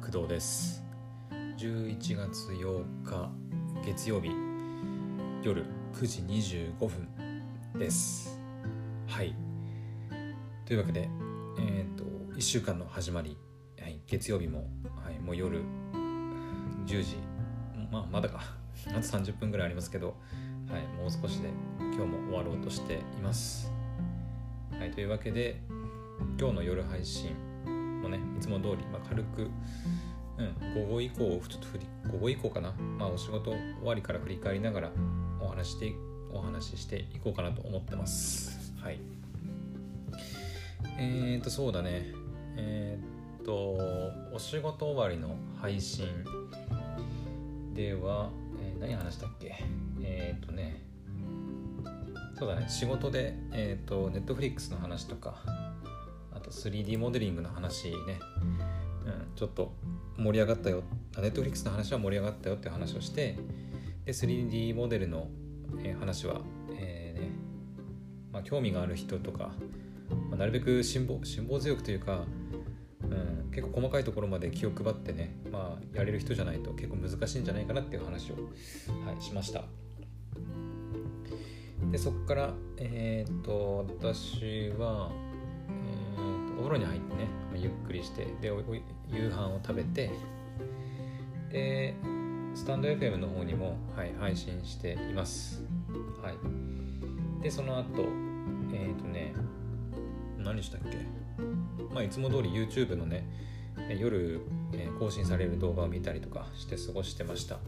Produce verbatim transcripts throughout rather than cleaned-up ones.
工藤です。じゅういちがつようか月曜日夜くじにじゅうごふんです。はい。というわけで、えっといっしゅうかんの始まり、はい、月曜日も、はい、もう夜じゅうじ、まあまだかあとさんじゅっぷんぐらいありますけど、はい、もう少しで今日も終わろうとしています。はい、というわけで今日の夜配信もね、いつも通り、まあ、軽く、うん、午後以降をちょっと振り午後以降かな、まあ、お仕事終わりから振り返りながらお話してお話ししていこうかなと思ってます。はい。えーとそうだね。えーとお仕事終わりの配信では、えー、何話したっけ？えーとね、そうだね。仕事でえーと Netflix の話とか。あと スリーディー モデリングの話ね、うん、ちょっと盛り上がったよ、Netflix の話は盛り上がったよっていう話をして、で スリーディー モデルの、えー、話は、えーねまあ、興味がある人とか、まあ、なるべく辛抱、辛抱強くというか、うん、結構細かいところまで気を配ってね、まあ、やれる人じゃないと結構難しいんじゃないかなっていう話を、はい、しました。でそこからえー、っと私はお風呂に入ってね、ゆっくりしてで夕飯を食べて、でスタンド エフエム の方にも、はい、配信しています。はい。でその後えっ、ー、とね何したっけ、まあいつも通り YouTube のね夜、えー、更新される動画を見たりとかして過ごしてました。はい。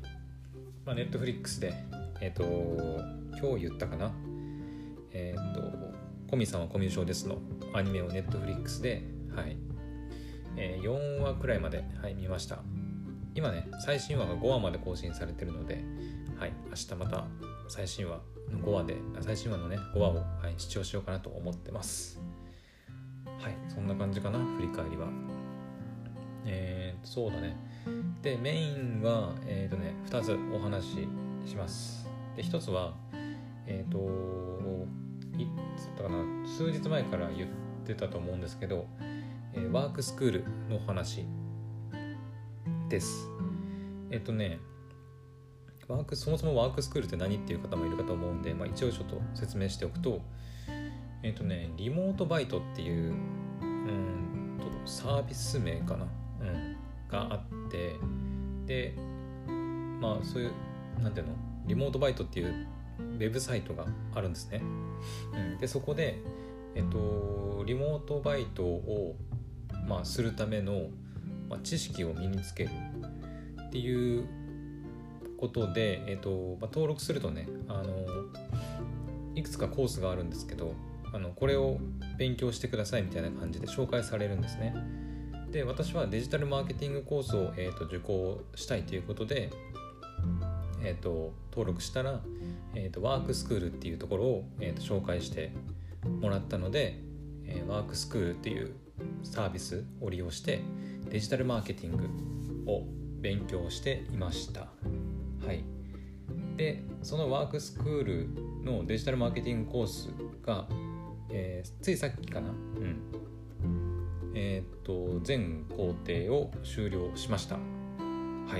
まあ Netflix でえっ、ー、と今日言ったかな、えっ、ー、とコミさんはコミュ障ですのアニメを Netflix で、はいえー、よんわくらいまで、はい、見ました。今ね最新話がごわまで更新されてるので、はい、明日また最新話のごわで最新話のねごわを、はい、視聴しようかなと思ってます。はい、そんな感じかな。振り返りはえーそうだね。でメインはえーとねふたつお話しします。でひとつはえーといつだかな数日前から言ってたと思うんですけど、えー、ワークスクールの話です。えっとねワークそもそもワークスクールって何っていう方もいるかと思うんで、まあ、一応ちょっと説明しておくと、えっとねリモートバイトっていう、うんとサービス名かな、うん、があって、でまあそういうなんていうのリモートバイトっていうウェブサイトがあるんですね。うん、でそこで、えっと、リモートバイトを、まあ、するための、まあ、知識を身につけるっていうことで、えっとまあ、登録するとねあのいくつかコースがあるんですけど、あのこれを勉強してくださいみたいな感じで紹介されるんですね。で私はデジタルマーケティングコースを、えっと、受講したいということでえー、と登録したら、えー、とワークスクールっていうところを、えー、と紹介してもらったので、えー、ワークスクールっていうサービスを利用してデジタルマーケティングを勉強していました。はい。でそのワークスクールのデジタルマーケティングコースが、えー、ついさっきかな、うんえっ、と全工程を終了しました。はい。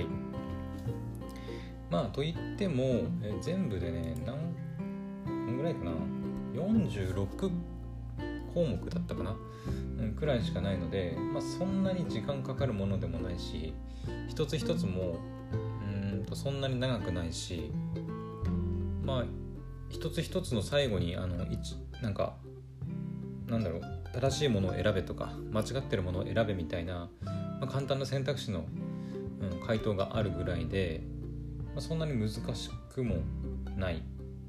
まあといってもえ全部でね何何ぐらいかなよんじゅうろくこうもくだったかな、うん、くらいしかないので、まあ、そんなに時間かかるものでもないし、一つ一つもうーんとそんなに長くないし、まあ一つ一つの最後にあの一なんかなんだろう正しいものを選べとか間違ってるものを選べみたいな、まあ、簡単な選択肢の、うん、回答があるぐらいでそんなに難しくもない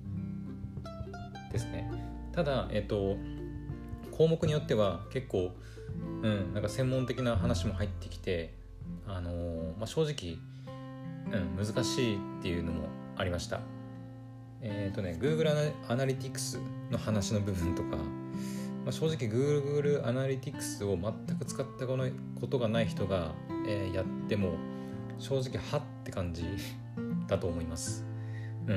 ですね。ただ、えっと、項目によっては結構、うん、なんか専門的な話も入ってきて、あのーまあ、正直、うん、難しいっていうのもありました。えっとね、Google アナリティクスの話の部分とか、まあ、正直 Google アナリティクスを全く使ったことがない人が、えー、やっても正直はって感じだと思います。うん。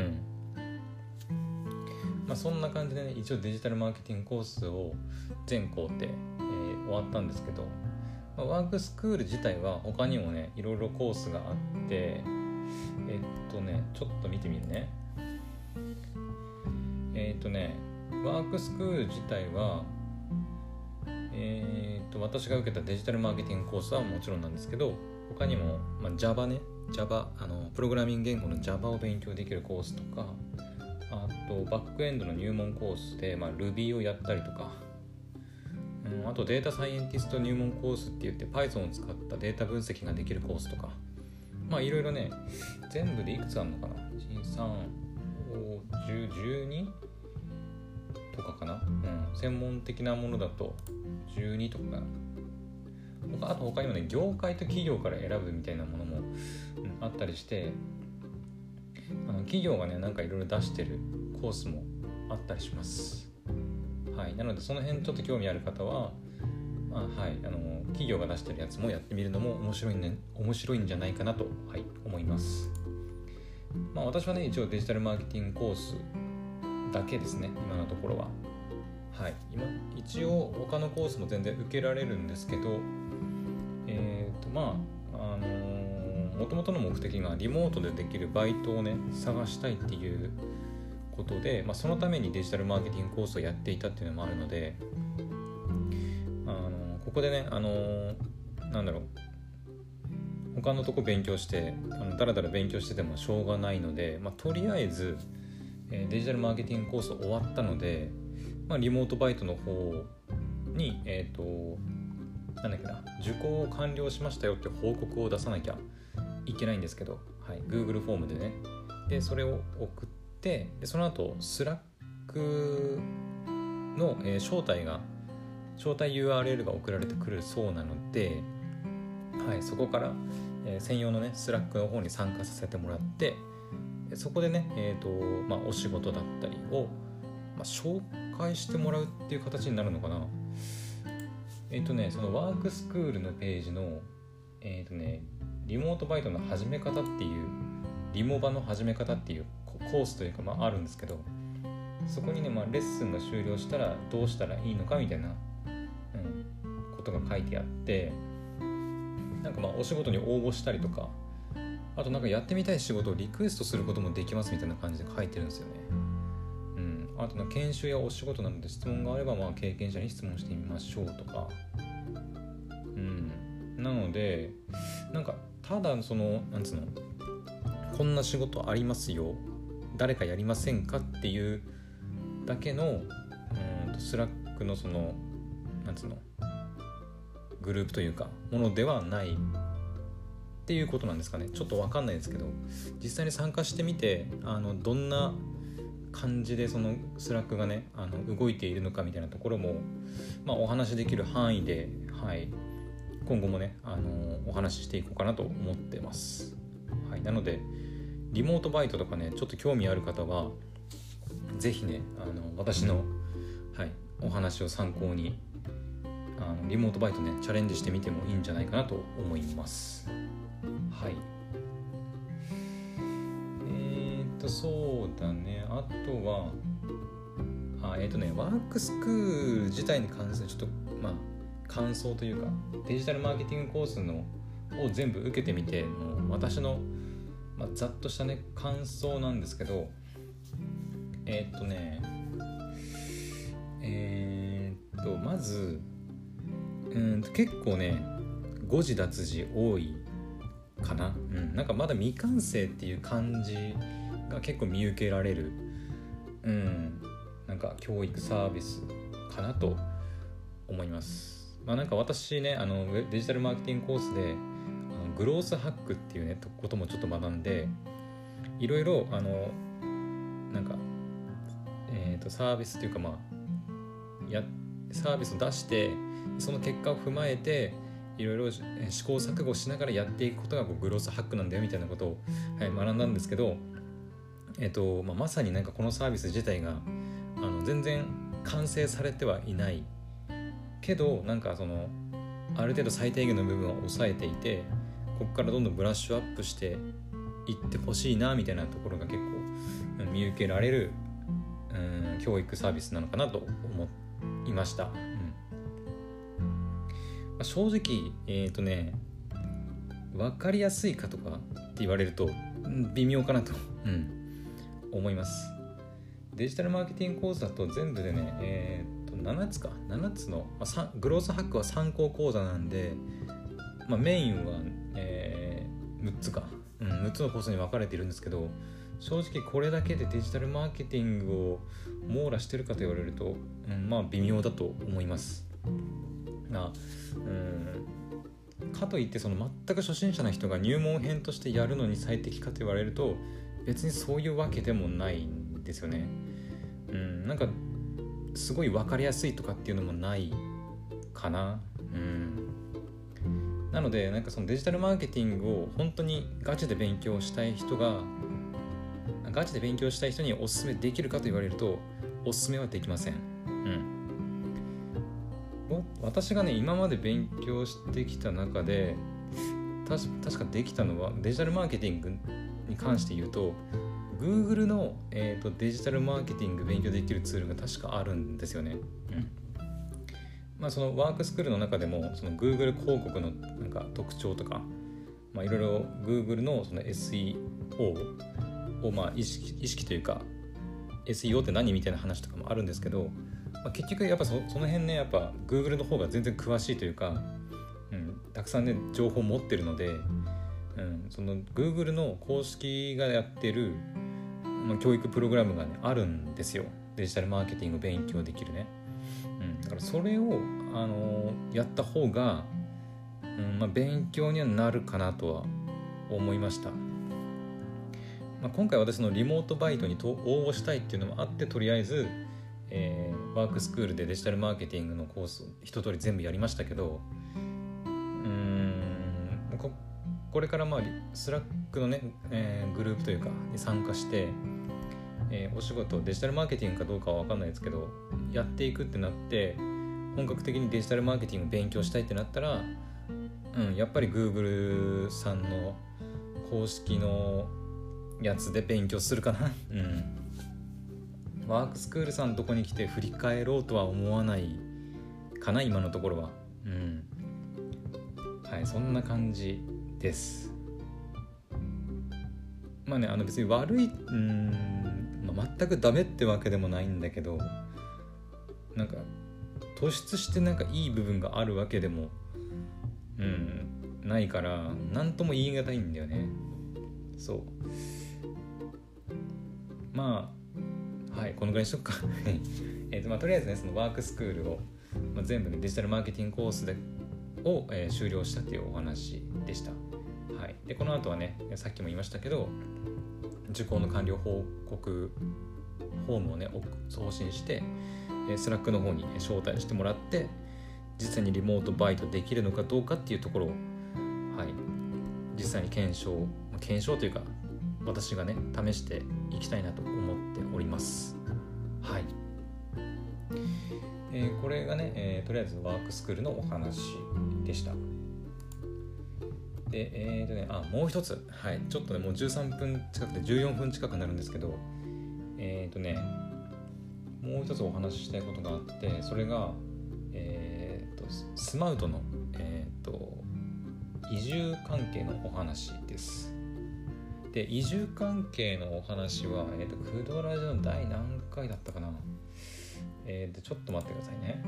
まあそんな感じでね、一応デジタルマーケティングコースを全工程、えー、終わったんですけど、 まあ、ワークスクール自体は他にもねいろいろコースがあって、えっとねちょっと見てみるね。えっとねワークスクール自体はえっと私が受けたデジタルマーケティングコースはもちろんなんですけど、他にも、まあ、Java ね Java あのプログラミング言語の Java を勉強できるコースとか、あとバックエンドの入門コースで、まあ、Ruby をやったりとか、うん、あとデータサイエンティスト入門コースって言って Python を使ったデータ分析ができるコースとか、まあいろいろね全部でいくつあるのかな いち、さん、ご、じゅう、じゅうに とかかな、うん、専門的なものだとじゅうにとかかな。あと他にもね業界と企業から選ぶみたいなものも、うん、あったりして、あの企業がねなんかいろいろ出してるコースもあったりします。はい、なのでその辺ちょっと興味ある方は、まあはい、あの企業が出してるやつもやってみるのも面白いね面白いんじゃないかなと、はい、思います。まあ私はね一応デジタルマーケティングコースだけですね今のところは。はい、今一応他のコースも全然受けられるんですけど、えーとまああのー、元々の目的がリモートでできるバイトをね探したいっていうことで、まあ、そのためにデジタルマーケティングコースをやっていたっていうのもあるので、あのー、ここでね、あのー、なんだろう他のとこ勉強してあのだらだら勉強しててもしょうがないので、まあ、とりあえず、えー、デジタルマーケティングコース終わったので、まあ、リモートバイトの方にえっとなんだっけな受講を完了しましたよって報告を出さなきゃいけないんですけど、はい、Google フォームでね。でそれを送って、でその後 Slack の、えー、招待が招待 ユーアールエル が送られてくるそうなので、はい、そこから、えー、専用のね Slack の方に参加させてもらって、そこでね、えーとまあ、お仕事だったりを、まあ、紹介してもらうっていう形になるのかな。えっ、ー、とねそのワークスクールのページのえっ、ー、とねリモートバイトの始め方っていうリモバの始め方っていうコースというか、まあ、あるんですけど、そこにね、まあ、レッスンが終了したらどうしたらいいのかみたいな、うん、ことが書いてあって、なんかまあお仕事に応募したりとか、あとなんかやってみたい仕事をリクエストすることもできますみたいな感じで書いてるんですよね。うん、あとなんか研修やお仕事などで質問があれば、まあ経験者に質問してみましょうとか、うん、なのでなんかただそのなんつうのこんな仕事ありますよ誰かやりませんかっていうだけのうんとスラックのそのなんつうのグループというかものではないっていうことなんですかね。ちょっと分かんないですけど、実際に参加してみてあのどんな感じでそのスラックがねあの動いているのかみたいなところも、まあ、お話しできる範囲で、はい、今後もねあのお話ししていこうかなと思ってます。はい、なのでリモートバイトとかねちょっと興味ある方はぜひねあの私の、はい、お話を参考にあのリモートバイトねチャレンジしてみてもいいんじゃないかなと思います。はい。えーとそうだねあとはあえーとねワークスクール自体に関するちょっとまあ感想というかデジタルマーケティングコースのを全部受けてみての私のまあ、ざっとしたね感想なんですけど、えー、っとねえー、っとまずうん結構ね誤字脱字多いかな、うん、なんかまだ未完成っていう感じが結構見受けられる、うん、なんか教育サービスかなと思います。まあなんか私ねあのデジタルマーケティングコースでグロースハックっていうねこともちょっと学んで、いろいろあのなんか、えー、とサービスっていうかまあやサービスを出してその結果を踏まえていろいろ試行錯誤しながらやっていくことがこうグロースハックなんだよみたいなことを、はい、学んだんですけど、えーとまあ、まさになんかこのサービス自体があの全然完成されてはいないけど、なんかそのある程度最低限の部分を抑えていてここからどんどんブラッシュアップしていってほしいなみたいなところが結構見受けられる、うん、教育サービスなのかなと思いました。うんまあ、 あ、正直えっ、ー、とね分かりやすいかとかって言われると微妙かなと、うん、思います。デジタルマーケティング講座だと全部でね、えー、とななつかななつの、まあ、グロースハックは参考講座なんで、まあ、メインは、えー、むっつか、うん、むっつのコースに分かれているんですけど、正直これだけでデジタルマーケティングを網羅してるかと言われると、うん、まあ微妙だと思います。なうんかといってその全く初心者な人が入門編としてやるのに最適かと言われると別にそういうわけでもないんですよね。うん、なんかすごい分かりやすいとかっていうのもないかな。うん、なのでなんかそのデジタルマーケティングを本当にガチで勉強したい人がガチで勉強したい人におすすめできるかと言われるとおすすめはできません。うん、私がね今まで勉強してきた中で確かできたのはデジタルマーケティングに関して言うとGoogle の、えーと、デジタルマーケティング勉強できるツールが確かあるんですよね。うん、まあそのワークスクールの中でもその Google 広告のなんか特徴とか、まあいろいろ Google のその エスイーオー をまあ意識、意識というか エスイーオー って何みたいな話とかもあるんですけど、まあ、結局やっぱ そ, その辺ねやっぱ Google の方が全然詳しいというか、うん、たくさんね情報を持ってるので、うん、その Google の公式がやってる教育プログラムが、ね、あるんですよ。デジタルマーケティングを勉強できるね、うん、だからそれを、あのー、やった方が、うんまあ、勉強にはなるかなとは思いました。まあ、今回私のリモートバイトに応募したいっていうのもあってとりあえず、えー、ワークスクールでデジタルマーケティングのコースを一通り全部やりましたけど、うーん こ, これからまあスラックのね、えー、グループというかに参加してえー、お仕事デジタルマーケティングかどうかは分かんないですけどやっていくってなって本格的にデジタルマーケティング勉強したいってなったら、うん、やっぱり Google さんの公式のやつで勉強するかな、うん、ワークスクールさんのとこに来て振り返ろうとは思わないかな今のところは、うん、はいそんな感じです。まあねあの別に悪い、うんまあ、全くダメってわけでもないんだけどなんか突出してなんかいい部分があるわけでも、うん、ないから何とも言い難いんだよね。そうまあはいこのぐらいにしとくかえと、まあ、とりあえずねそのワークスクールを、まあ、全部ねデジタルマーケティングコースでを、えー、終了したというお話でした。はい、でこの後はねさっきも言いましたけど受講の完了報告フォームをね送信してスラックの方に招待してもらって実際にリモートバイトできるのかどうかっていうところを、はい、実際に検証検証というか私がね試していきたいなと思っております。はい、えー、これがね、えー、とりあえずワークスクールのお話でした。でえーとね、あもう一つ、はい、ちょっとねもうじゅうさんぷん近くてじゅうよんぷん近くになるんですけどえーとねもう一つお話ししたいことがあってそれが、えーとスマウトの、えーと移住関係のお話です。で移住関係のお話は、えーとクドラジの第何回だったかな、えーとちょっと待ってくださいね。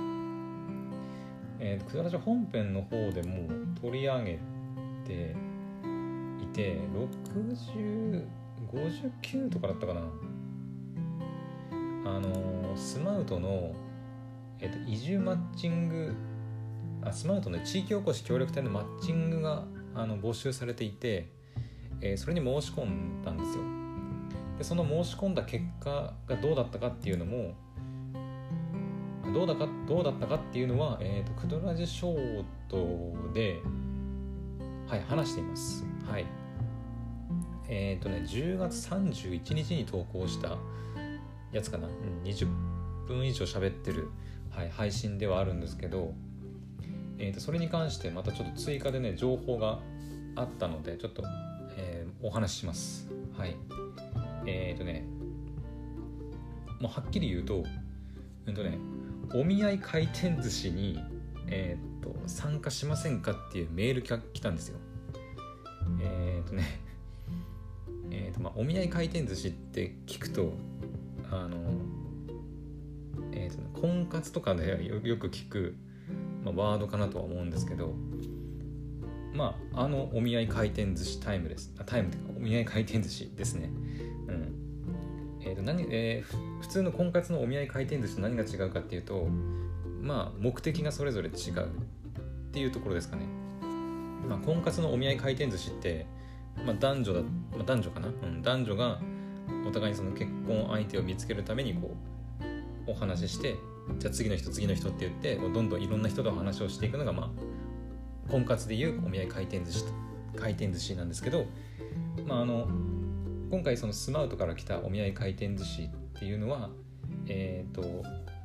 えーとクドラジ本編の方でも取り上げていてろくじゅう、ごじゅうきゅうとかだったかな。あのー、スマウトの、えー、と移住マッチングあスマウトの地域おこし協力隊のマッチングがあの募集されていて、えー、それに申し込んだんですよ。でその申し込んだ結果がどうだったかっていうのもどうだかどうだったかっていうのは、えー、とクドラジショートではい話しています。はいえっ、ー、とねじゅうがつさんじゅういちにちに投稿したやつかな、うん、にじゅっぷん以上喋ってる、はい、配信ではあるんですけど、えー、とそれに関してまたちょっと追加でね情報があったのでちょっと、えー、お話しします。はいえっ、ー、とねもうはっきり言うとうんとねお見合い回転寿司にえー、っと参加しませんかっていうメールが来たんですよ。えー、っとねえーとまあ、お見合い回転寿司って聞くとあの、えーとね、婚活とかで よ, よく聞く、まあ、ワードかなとは思うんですけど、まああのお見合い回転寿司タイムですあタイムというかお見合い回転寿司ですね。うんえーと何えー、普通の婚活のお見合い回転寿司と何が違うかっていうと、まあ目的がそれぞれ違うっていうところですかね。まあ、婚活のお見合い回転寿司ってまあ、男女だ、まあ、男女かな、うん、男女がお互いにその結婚相手を見つけるためにこうお話しして、じゃあ次の人次の人って言ってどんどんいろんな人と話をしていくのが、まあ、婚活でいうお見合い回転寿司回転寿司なんですけど、まあ、あの今回そのスマウトから来たお見合い回転寿司っていうのはえっ、ー、と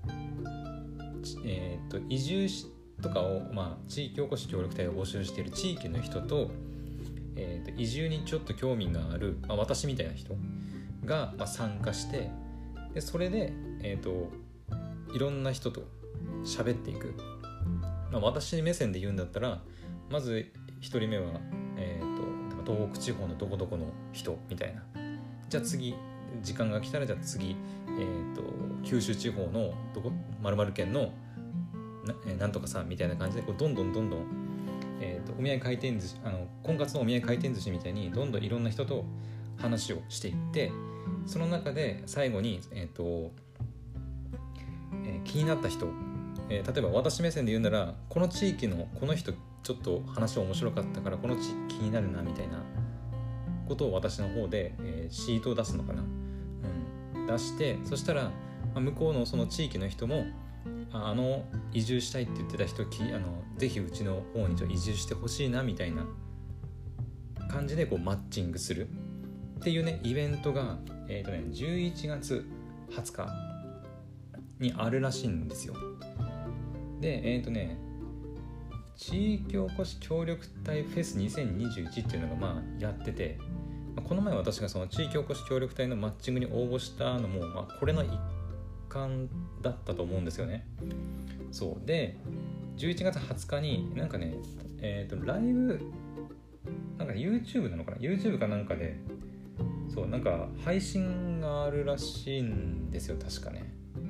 えっ、ー、と移住とかを、まあ、地域おこし協力隊を募集している地域の人とえー、と移住にちょっと興味がある、まあ、私みたいな人が、まあ、参加して、でそれで、えー、といろんな人と喋っていく、まあ、私目線で言うんだったらまずひとりめは、えー、と東北地方のどこどこの人みたいな、じゃあ次時間が来たらじゃあ次、えー、と九州地方のどこ〇〇県の な, なんとかさんみたいな感じでこうどんどんどんどんえー、とお見合い回転寿司あの婚活のお見合い回転寿司みたいにどんどんいろんな人と話をしていって、その中で最後に、えーとえー、気になった人、えー、例えば私目線で言うならこの地域のこの人ちょっと話面白かったからこの地域気になるなみたいなことを私の方で、えー、シートを出すのかな、うん、出して、そしたら、まあ、向こうのその地域の人もあの移住したいって言ってた人きあのぜひうちの方に移住してほしいなみたいな感じでこうマッチングするっていうねイベントが、えーとね、じゅういちがつはつかにあるらしいんですよ。でえっ、ー、とね地域おこし協力隊フェスにせんにじゅういちっていうのがまあやってて、この前私がその地域おこし協力隊のマッチングに応募したのも、まあ、これの一環だったと思うんですよね。そうでじゅういちがつはつかになんかねえっ、ー、とライブなんか YouTube なのかな YouTube かなんかでそうなんか配信があるらしいんですよ確かね。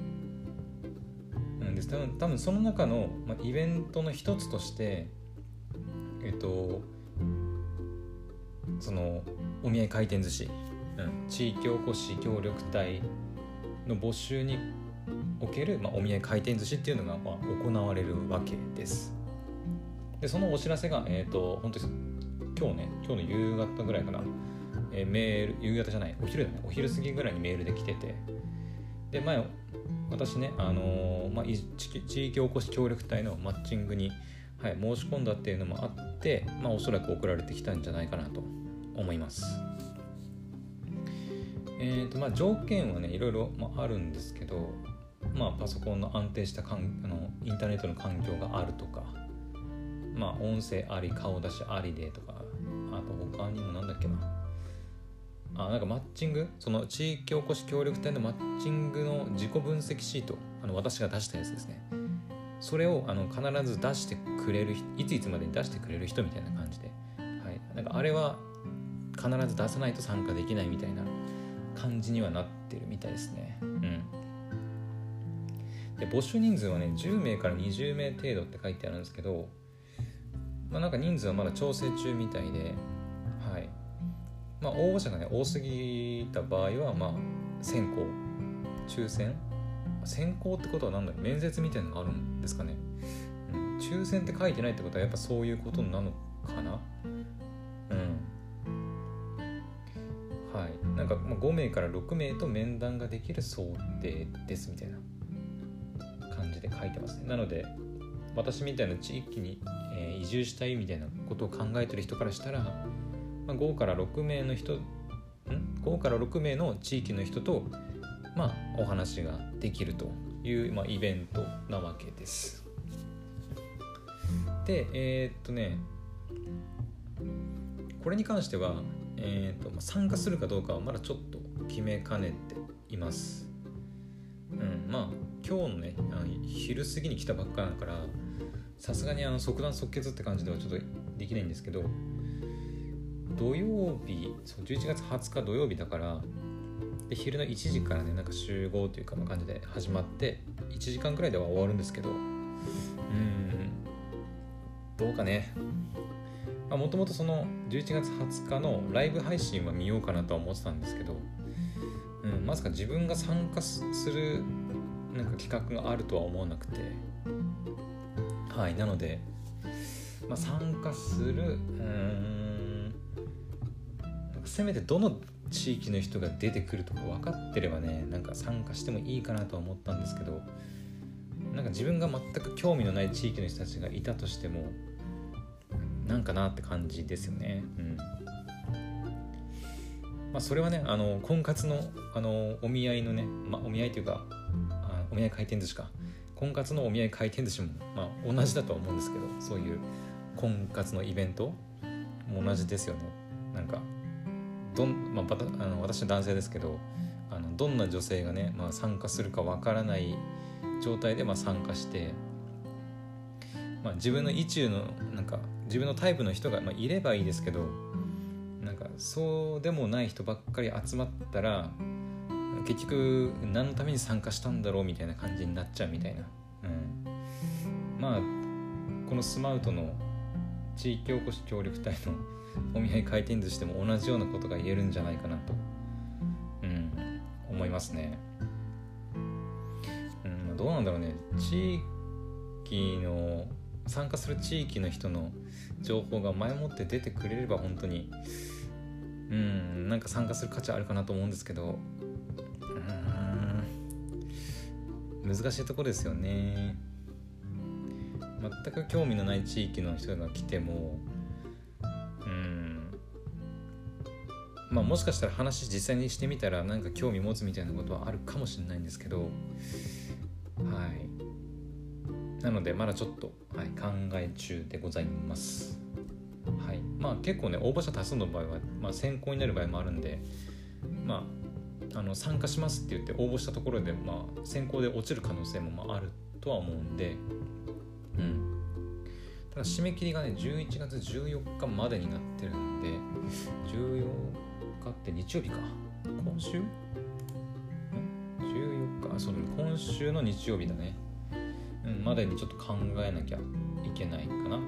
うんです多分多分その中の、まあ、イベントの一つとしてえっ、ー、とそのお見合い回転寿司、うん、地域おこし協力隊の募集における、まあ、お見合い回転寿司っていうのが、まあ、行われるわけです。でそのお知らせが、えーと、本当に今日ね今日の夕方ぐらいかな、えー、メール夕方じゃないお昼だねお昼過ぎぐらいにメールで来てて、で前私ね、あのーまあ、地域おこし協力隊のマッチングに、はい、申し込んだっていうのもあって、まあ、おそらく送られてきたんじゃないかなと思います。えーとまあ、条件はねいろいろ、まあ、あるんですけど、まあ、パソコンの安定したかんあのインターネットの環境があるとか、まあ、音声あり顔出しありでとか、あと他にもなんだっけなあなんかマッチングその地域おこし協力隊のマッチングの自己分析シート、あの私が出したやつですね。それをあの必ず出してくれるいついつまでに出してくれる人みたいな感じで、はい、なんかあれは必ず出さないと参加できないみたいな感じにはなってるみたいですね。うん。で募集人数はねじゅうめいからにじゅうめい程度って書いてあるんですけど、まあなんか人数はまだ調整中みたいで、はい。まあ応募者がね多すぎた場合はまあ選考、抽選、選考ってことはなんだろう面接みたいなのがあるんですかね。うん、抽選って書いてないってことはやっぱそういうことなのかな。うん。はい、なんかごめいからろくめいと面談ができる想定ですみたいな感じで書いてますね。なので私みたいな地域に、えー、移住したいみたいなことを考えてる人からしたら、まあ、ごからろくめいの人んごからろくめいの地域の人と、まあ、お話ができるという、まあ、イベントなわけです。でえー、っとねこれに関してはえーとまあ、参加するかどうかはまだちょっと決めかねています。うん、まあ今日のね昼過ぎに来たばっかだからさすがにあの即断即決って感じではちょっとできないんですけど、土曜日、そうじゅういちがつはつか土曜日だから、で昼のいちじからねなんか集合というかの感じで始まっていちじかんくらいでは終わるんですけど、うーんどうかね。もともとそのじゅういちがつはつかのライブ配信は見ようかなとは思ってたんですけど、うん、まさか自分が参加するなんか企画があるとは思わなくて、はい、なので、まあ、参加するうーんせめてどの地域の人が出てくるとか分かってればね、なんか参加してもいいかなとは思ったんですけど、なんか自分が全く興味のない地域の人たちがいたとしてもなんかなって感じですよね。うん。まあそれはね、あの婚活のあのお見合いのね、まあお見合いというかあお見合い回転寿司か、婚活のお見合い回転寿司もまあ同じだとは思うんですけど、そういう婚活のイベントも同じですよね。なんかどん、まあ、あの私は男性ですけど、あのどんな女性がね、まあ、参加するかわからない状態でまあ参加して、まあ、自分の意中のなんか自分のタイプの人がまあいればいいですけど、なんかそうでもない人ばっかり集まったら結局何のために参加したんだろうみたいな感じになっちゃうみたいな、うん、まあこのスマウトの地域おこし協力隊のお見合い回転寿司でも同じようなことが言えるんじゃないかなと、うん、思いますね。うん、どうなんだろうね。地域の参加する地域の人の情報が前もって出てくれれば本当にうんなんか参加する価値あるかなと思うんですけど、うん難しいところですよね。全く興味のない地域の人が来てもうんまあもしかしたら話実際にしてみたらなんか興味持つみたいなことはあるかもしれないんですけど、はいなのでまだちょっと、はい、考え中でございます。はいまあ結構ね応募者多数の場合は、まあ、選考になる場合もあるんで、まあ、あの参加しますって言って応募したところで、まあ、選考で落ちる可能性もまああるとは思うんで、うん、ただ締め切りがねじゅういちがつじゅうよっかまでになってるんで、じゅうよっかって日曜日か、今週じゅうよっか、そうだね、今週の日曜日だね、うん、までにちょっと考えなきゃいけないかな。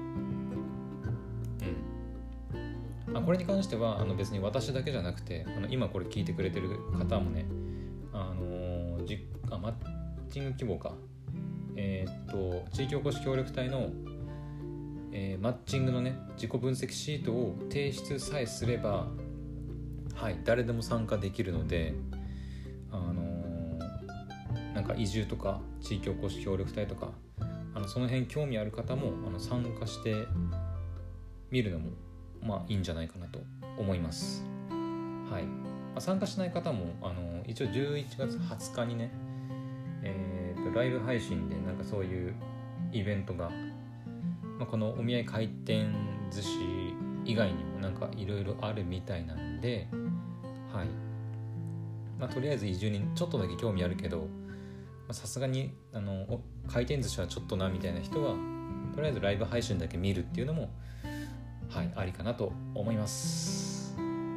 うんあこれに関してはあの別に私だけじゃなくて、あの今これ聞いてくれてる方もね、あのー、じあマッチング規模かえー、っと地域おこし協力隊の、えー、マッチングのね自己分析シートを提出さえすれば、はい誰でも参加できるので、あのー、なんか移住とか地域おこし協力隊とかあのその辺興味ある方もあの参加してみるのもまあいいんじゃないかなと思います。はい、まあ、参加しない方もあの一応じゅういちがつはつかにね、えー、とライブ配信でなんかそういうイベントが、まあ、このお見合い回転寿司以外にもなんかいろいろあるみたいなんで、はいまあ、とりあえず移住にちょっとだけ興味あるけどさすがにあの回転寿司はちょっとなみたいな人はとりあえずライブ配信だけ見るっていうのもはいありかなと思います。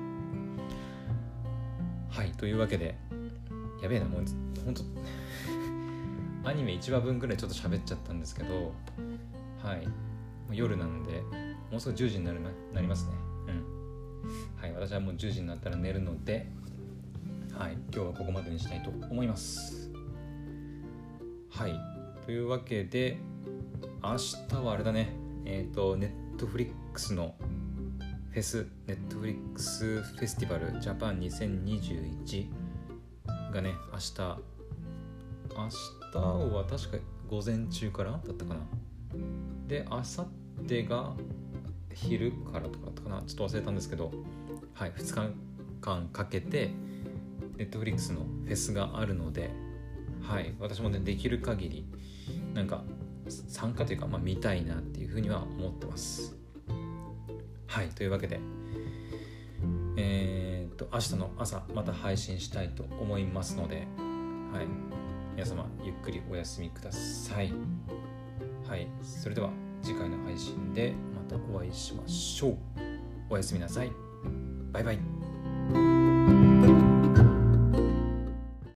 はいというわけでやべえなもうほんとアニメいちわぶんぐらいちょっと喋っちゃったんですけど、はい夜なのでもうすぐじゅうじになるな、なりますね。うんはい私はもうじゅうじになったら寝るので、はい今日はここまでにしたいと思います。はいというわけで明日はあれだねえっ、ー、とネットフリックスのフェスネットフリックスフェスティバルジャパンにせんにじゅういちがね明日明日は確か午前中からだったかなで明後日が昼からとかだったかなちょっと忘れたんですけど、はいふつかかんかけてネットフリックスのフェスがあるので、はい私もねできる限りなんか参加というか、まあ、見たいなっていうふうには思ってます。はいというわけでえー、っと明日の朝また配信したいと思いますので、はい皆様ゆっくりお休みください。 はい、それでは次回の配信でまたお会いしましょう。おやすみなさい。バイバイ。